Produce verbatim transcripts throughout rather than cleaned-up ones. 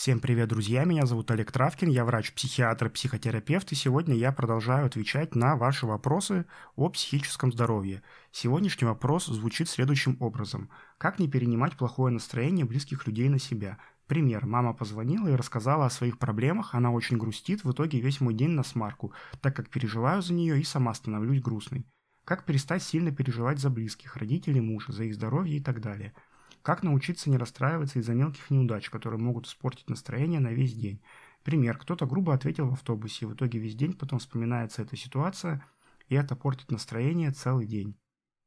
Всем привет, друзья! Меня зовут Олег Травкин, я врач-психиатр, психотерапевт, и сегодня я продолжаю отвечать на ваши вопросы о психическом здоровье. Сегодняшний вопрос звучит следующим образом. Как не перенимать плохое настроение близких людей на себя? Пример. Мама позвонила и рассказала о своих проблемах, она очень грустит, в итоге весь мой день насмарку, так как переживаю за нее и сама становлюсь грустной. Как перестать сильно переживать за близких, родителей мужа, за их здоровье и так далее? Как научиться не расстраиваться из-за мелких неудач, которые могут испортить настроение на весь день? Пример. Кто-то грубо ответил в автобусе, и в итоге весь день потом вспоминается эта ситуация, и это портит настроение целый день.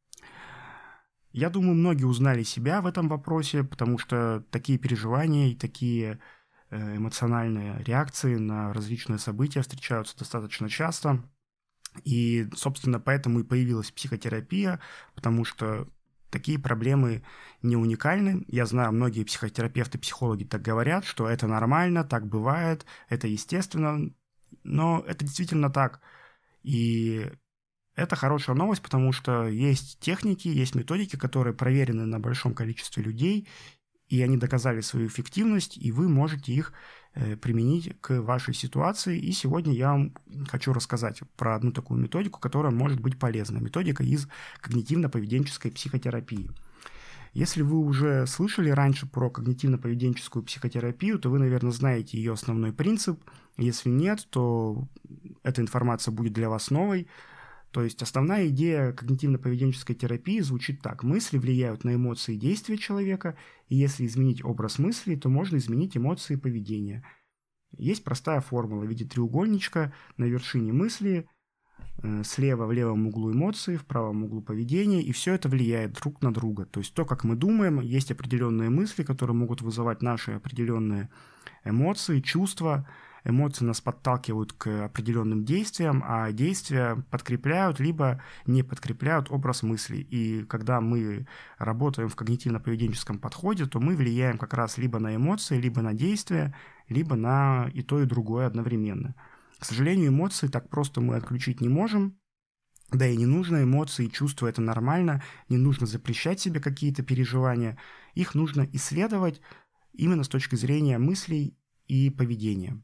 Я думаю, многие узнали себя в этом вопросе, потому что такие переживания и такие эмоциональные реакции на различные события встречаются достаточно часто. И, собственно, поэтому и появилась психотерапия, потому что такие проблемы не уникальны. Я знаю, многие психотерапевты, психологи так говорят, что это нормально, так бывает, это естественно, но это действительно так. И это хорошая новость, потому что есть техники, есть методики, которые проверены на большом количестве людей, и они доказали свою эффективность, и вы можете их э, применить к вашей ситуации. И сегодня я вам хочу рассказать про одну такую методику, которая может быть полезна. Методика из когнитивно-поведенческой психотерапии. Если вы уже слышали раньше про когнитивно-поведенческую психотерапию, то вы, наверное, знаете ее основной принцип. Если нет, то эта информация будет для вас новой. То есть основная идея когнитивно-поведенческой терапии звучит так. Мысли влияют на эмоции и действия человека, и если изменить образ мысли, то можно изменить эмоции и поведение. Есть простая формула в виде треугольничка на вершине мысли, слева в левом углу эмоции, в правом углу поведение, и все это влияет друг на друга. То есть то, как мы думаем, есть определенные мысли, которые могут вызывать наши определенные эмоции, чувства. Эмоции нас подталкивают к определенным действиям, а действия подкрепляют либо не подкрепляют образ мыслей. И когда мы работаем в когнитивно-поведенческом подходе, то мы влияем как раз либо на эмоции, либо на действия, либо на и то, и другое одновременно. К сожалению, эмоции так просто мы отключить не можем. Да и не нужно, эмоции и чувства – это нормально, не нужно запрещать себе какие-то переживания. Их нужно исследовать именно с точки зрения мыслей и поведения.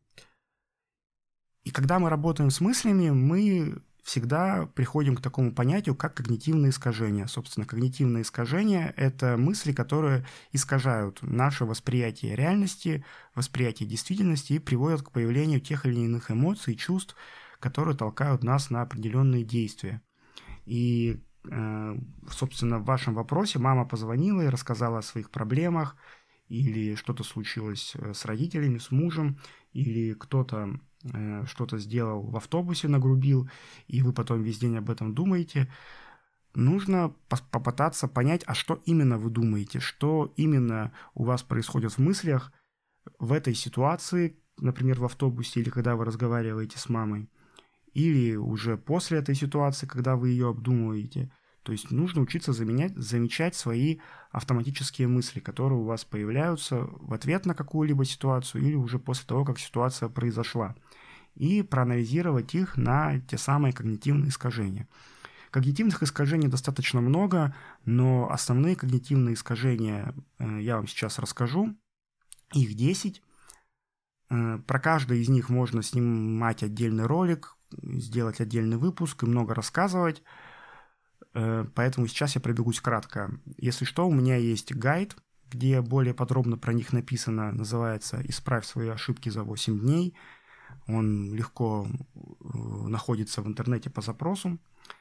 И когда мы работаем с мыслями, мы всегда приходим к такому понятию, как когнитивные искажения. Собственно, когнитивные искажения – это мысли, которые искажают наше восприятие реальности, восприятие действительности и приводят к появлению тех или иных эмоций, чувств, которые толкают нас на определенные действия. И, собственно, в вашем вопросе мама позвонила и рассказала о своих проблемах, или что-то случилось с родителями, с мужем, или кто-то что-то сделал в автобусе, нагрубил, и вы потом весь день об этом думаете. Нужно попытаться понять, а что именно вы думаете, что именно у вас происходит в мыслях в этой ситуации, например, в автобусе, или когда вы разговариваете с мамой, или уже после этой ситуации, когда вы ее обдумываете. То есть нужно учиться заменять, замечать свои автоматические мысли, которые у вас появляются в ответ на какую-либо ситуацию или уже после того, как ситуация произошла, и проанализировать их на те самые когнитивные искажения. Когнитивных искажений достаточно много, но основные когнитивные искажения я вам сейчас расскажу. Их десять. Про каждый из них можно снимать отдельный ролик, сделать отдельный выпуск и много рассказывать. Поэтому сейчас я пробегусь кратко. Если что, у меня есть гайд, где более подробно про них написано, называется «Исправь свои ошибки за восемь дней». Он легко находится в интернете по запросу.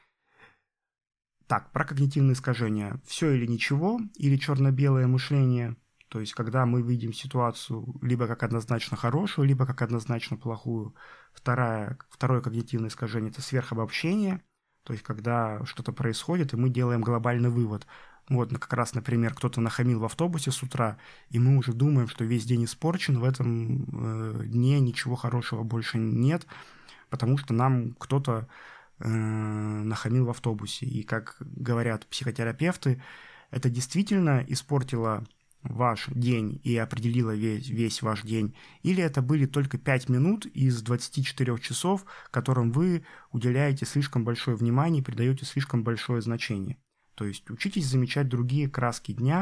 Так, про когнитивные искажения. Все или ничего, или черно-белое мышление. То есть, когда мы видим ситуацию либо как однозначно хорошую, либо как однозначно плохую. Второе, второе когнитивное искажение – это сверхобобщение. То есть, когда что-то происходит, и мы делаем глобальный вывод. Вот, как раз, например, кто-то нахамил в автобусе с утра, и мы уже думаем, что весь день испорчен, в этом э, дне ничего хорошего больше нет, потому что нам кто-то э, нахамил в автобусе. И, как говорят психотерапевты, это действительно испортило ваш день и определила весь, весь ваш день, или это были только пять минут из двадцати четырёх часов, которым вы уделяете слишком большое внимание и придаете слишком большое значение. То есть учитесь замечать другие краски дня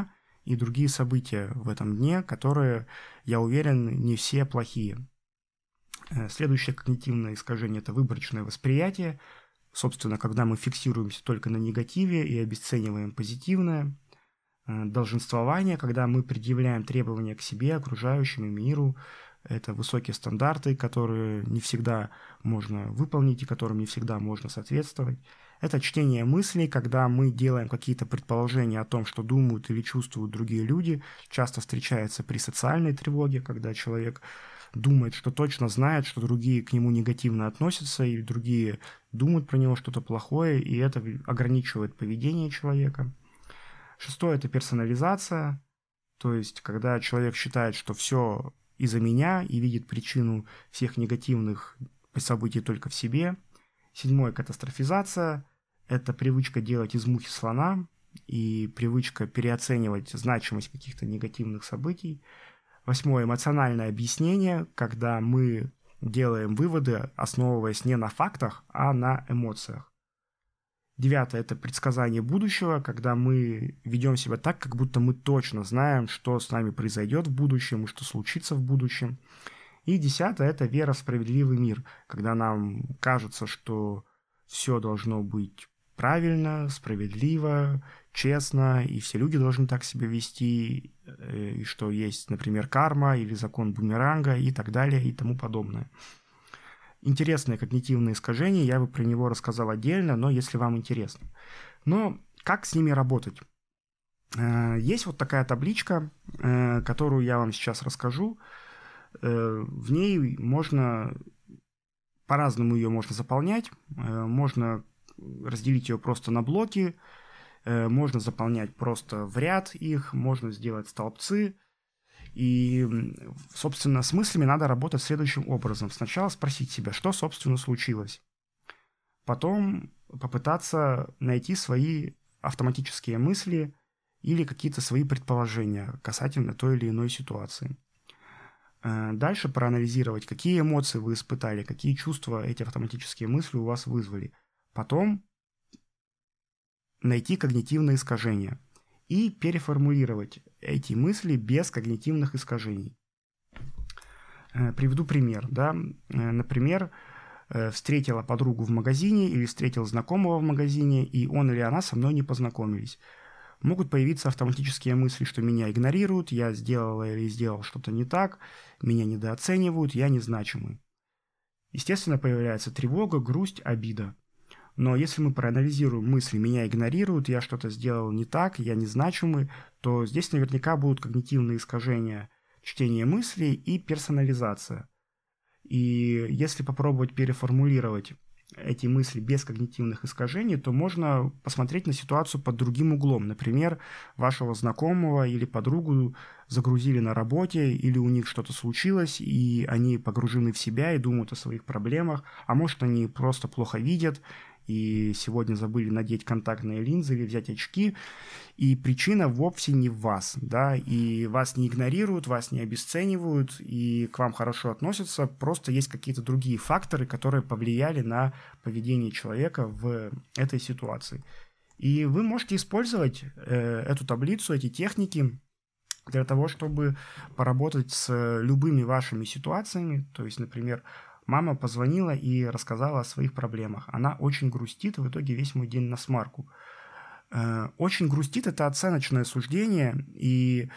и другие события в этом дне, которые, я уверен, не все плохие. Следующее когнитивное искажение – это выборочное восприятие. Собственно, когда мы фиксируемся только на негативе и обесцениваем позитивное. Долженствование, когда мы предъявляем требования к себе, окружающим и миру. Это высокие стандарты, которые не всегда можно выполнить и которым не всегда можно соответствовать. Это чтение мыслей, когда мы делаем какие-то предположения о том, что думают или чувствуют другие люди. Часто встречается при социальной тревоге, когда человек думает, что точно знает, что другие к нему негативно относятся, или другие думают про него что-то плохое, и это ограничивает поведение человека. Шестое – это персонализация, то есть когда человек считает, что все из-за меня и видит причину всех негативных событий только в себе. Седьмое – катастрофизация, это привычка делать из мухи слона и привычка переоценивать значимость каких-то негативных событий. Восьмое – эмоциональное объяснение, когда мы делаем выводы, основываясь не на фактах, а на эмоциях. Девятое – это предсказание будущего, когда мы ведем себя так, как будто мы точно знаем, что с нами произойдет в будущем и что случится в будущем. И десятое – это вера в справедливый мир, когда нам кажется, что все должно быть правильно, справедливо, честно, и все люди должны так себя вести, и что есть, например, карма или закон бумеранга и так далее и тому подобное. Интересное когнитивное искажение, я бы про него рассказал отдельно, но если вам интересно. Но как с ними работать? Есть вот такая табличка, которую я вам сейчас расскажу. В ней можно, по-разному ее можно заполнять, можно разделить ее просто на блоки, можно заполнять просто в ряд их, можно сделать столбцы. И, собственно, с мыслями надо работать следующим образом. Сначала спросить себя, что, собственно, случилось. Потом попытаться найти свои автоматические мысли или какие-то свои предположения касательно той или иной ситуации. Дальше проанализировать, какие эмоции вы испытали, какие чувства эти автоматические мысли у вас вызвали. Потом найти когнитивные искажения и переформулировать эти мысли без когнитивных искажений. Приведу пример. Да? Например, встретила подругу в магазине или встретил знакомого в магазине, и он или она со мной не познакомились. Могут появиться автоматические мысли, что меня игнорируют, я сделала или сделал что-то не так, меня недооценивают, я незначимый. Естественно, появляется тревога, грусть, обида. Но если мы проанализируем мысли «меня игнорируют», «я что-то сделал не так», «я незначимый», то здесь наверняка будут когнитивные искажения чтения мыслей и персонализация. И если попробовать переформулировать эти мысли без когнитивных искажений, то можно посмотреть на ситуацию под другим углом. Например, вашего знакомого или подругу загрузили на работе, или у них что-то случилось, и они погружены в себя и думают о своих проблемах, а может, они просто плохо видят, и сегодня забыли надеть контактные линзы или взять очки, и причина вовсе не в вас, да, и вас не игнорируют, вас не обесценивают, и к вам хорошо относятся, просто есть какие-то другие факторы, которые повлияли на поведение человека в этой ситуации. И вы можете использовать э, эту таблицу, эти техники для того, чтобы поработать с любыми вашими ситуациями, то есть, например, мама позвонила и рассказала о своих проблемах. Она очень грустит, и в итоге весь мой день насмарку. Очень грустит – это оценочное суждение, и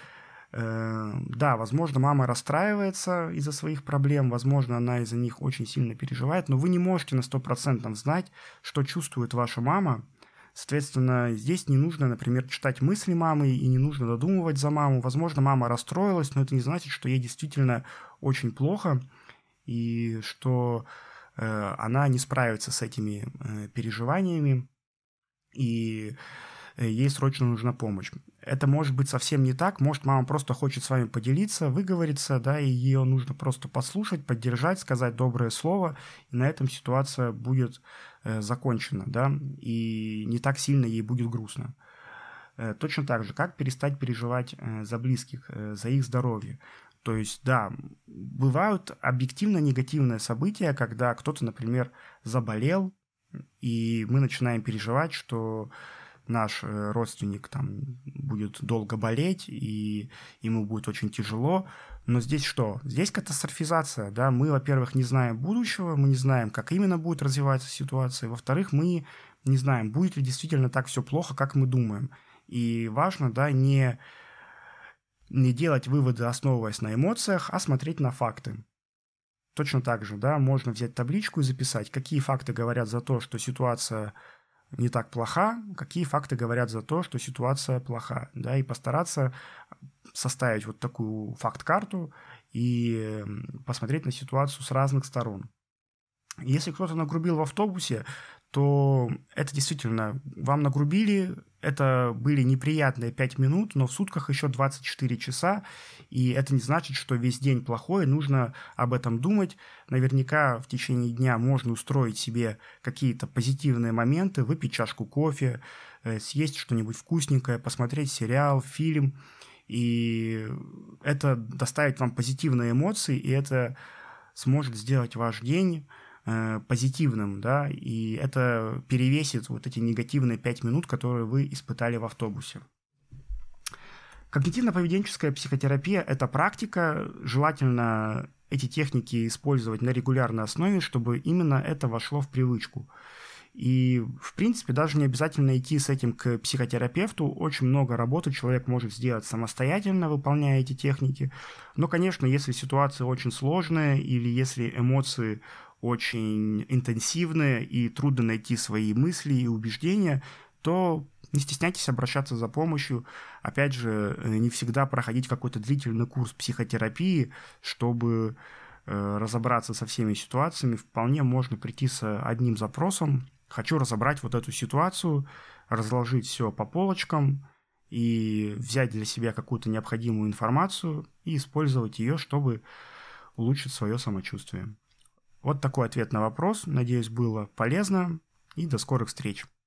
да, возможно, мама расстраивается из-за своих проблем, возможно, она из-за них очень сильно переживает, но вы не можете на сто процентов знать, что чувствует ваша мама. Соответственно, здесь не нужно, например, читать мысли мамы и не нужно додумывать за маму. Возможно, мама расстроилась, но это не значит, что ей действительно очень плохо, и что э, она не справится с этими э, переживаниями, и э, ей срочно нужна помощь. Это может быть совсем не так, может, мама просто хочет с вами поделиться, выговориться, да, и ее нужно просто послушать, поддержать, сказать доброе слово, и на этом ситуация будет э, закончена, да, и не так сильно ей будет грустно. Э, точно так же, как перестать переживать э, за близких, э, за их здоровье. То есть, да, бывают объективно негативные события, когда кто-то, например, заболел, и мы начинаем переживать, что наш родственник там будет долго болеть, и ему будет очень тяжело. Но здесь что? Здесь катастрофизация, да, мы, во-первых, не знаем будущего, мы не знаем, как именно будет развиваться ситуация, во-вторых, мы не знаем, будет ли действительно так все плохо, как мы думаем. И важно, да, не, не делать выводы, основываясь на эмоциях, а смотреть на факты. Точно так же, да, можно взять табличку и записать, какие факты говорят за то, что ситуация не так плоха, какие факты говорят за то, что ситуация плоха, да, и постараться составить вот такую факт-карту и посмотреть на ситуацию с разных сторон. Если кто-то нагрубил в автобусе, то это действительно, вам нагрубили, это были неприятные пять минут, но в сутках еще двадцать четыре часа, и это не значит, что весь день плохой, нужно об этом думать. Наверняка в течение дня можно устроить себе какие-то позитивные моменты, выпить чашку кофе, съесть что-нибудь вкусненькое, посмотреть сериал, фильм, и это доставит вам позитивные эмоции, и это сможет сделать ваш день позитивным, да, и это перевесит вот эти негативные пять минут, которые вы испытали в автобусе. Когнитивно-поведенческая психотерапия – это практика, желательно эти техники использовать на регулярной основе, чтобы именно это вошло в привычку. И, в принципе, даже не обязательно идти с этим к психотерапевту. Очень много работы человек может сделать самостоятельно, выполняя эти техники. Но, конечно, если ситуация очень сложная или если эмоции очень интенсивные и трудно найти свои мысли и убеждения, то не стесняйтесь обращаться за помощью. Опять же, не всегда проходить какой-то длительный курс психотерапии, чтобы разобраться со всеми ситуациями. Вполне можно прийти с одним запросом. Хочу разобрать вот эту ситуацию, разложить все по полочкам и взять для себя какую-то необходимую информацию и использовать ее, чтобы улучшить свое самочувствие. Вот такой ответ на вопрос. Надеюсь, было полезно. И до скорых встреч.